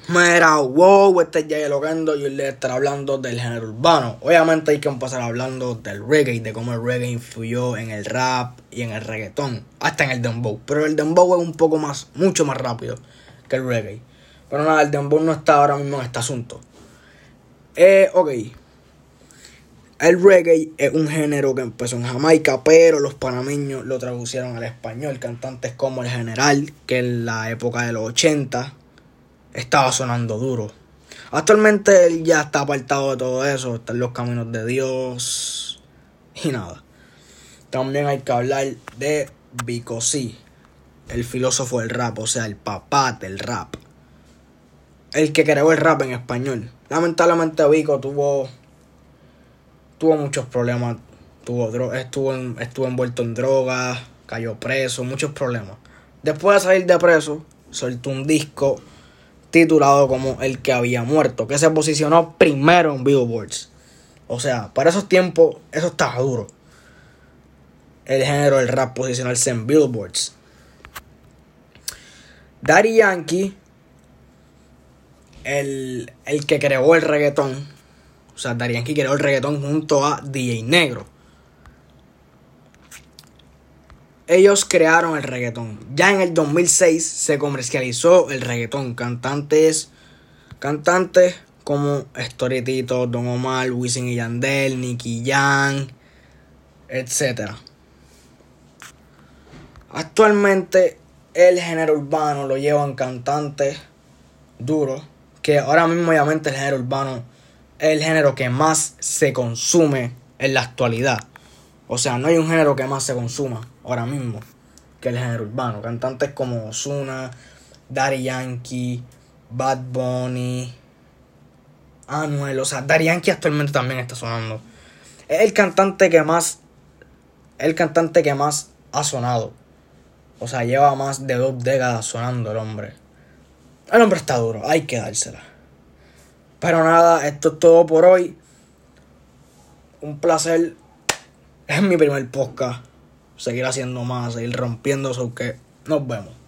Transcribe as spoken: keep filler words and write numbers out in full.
Mira, wow, este es Jay Loquendo y hoy les estaré hablando del género urbano. Obviamente hay que empezar hablando del reggae, de cómo el reggae influyó en el rap y en el reggaetón, hasta en el dembow. Pero el dembow es un poco más, mucho más rápido que el reggae. Pero nada, el dembow no está ahora mismo en este asunto. Eh, ok. El reggae es un género que empezó en Jamaica, pero los panameños lo traducieron al español. Cantantes como El General, que en la época de los ochenta estaba sonando duro. Actualmente él ya está apartado de todo eso, está en los caminos de Dios y nada. También hay que hablar de Vico C, el filósofo del rap, o sea, el papá del rap, el que creó el rap en español. Lamentablemente Vico tuvo tuvo muchos problemas, tuvo dro- estuvo en, estuvo envuelto en drogas, cayó preso, muchos problemas. Después de salir de preso, soltó un disco titulado como El que había muerto, que se posicionó primero en Billboards. O sea, para esos tiempos eso estaba duro, el género del rap posicionarse en Billboards. Daddy Yankee, el, el que creó el reggaetón, o sea, Daddy Yankee creó el reggaetón junto a D J Negro. Ellos crearon el reggaetón. Ya en el dos mil seis se comercializó el reggaetón. Cantantes, cantantes como Storytito, Don Omar, Wisin y Yandel, Nicky Jam, etcétera. Actualmente el género urbano lo llevan cantantes duros, que ahora mismo obviamente el género urbano es el género que más se consume en la actualidad. O sea, no hay un género que más se consuma ahora mismo que el género urbano. Cantantes como Ozuna, Daddy Yankee, Bad Bunny, Anuel. O sea, Daddy Yankee actualmente también está sonando. Es el cantante que más, el cantante que más ha sonado. O sea, lleva más de dos décadas sonando el hombre. El hombre está duro, hay que dársela. Pero nada, esto es todo por hoy. Un placer. Es mi primer podcast. Seguir haciendo más, seguir rompiendo eso, que nos vemos.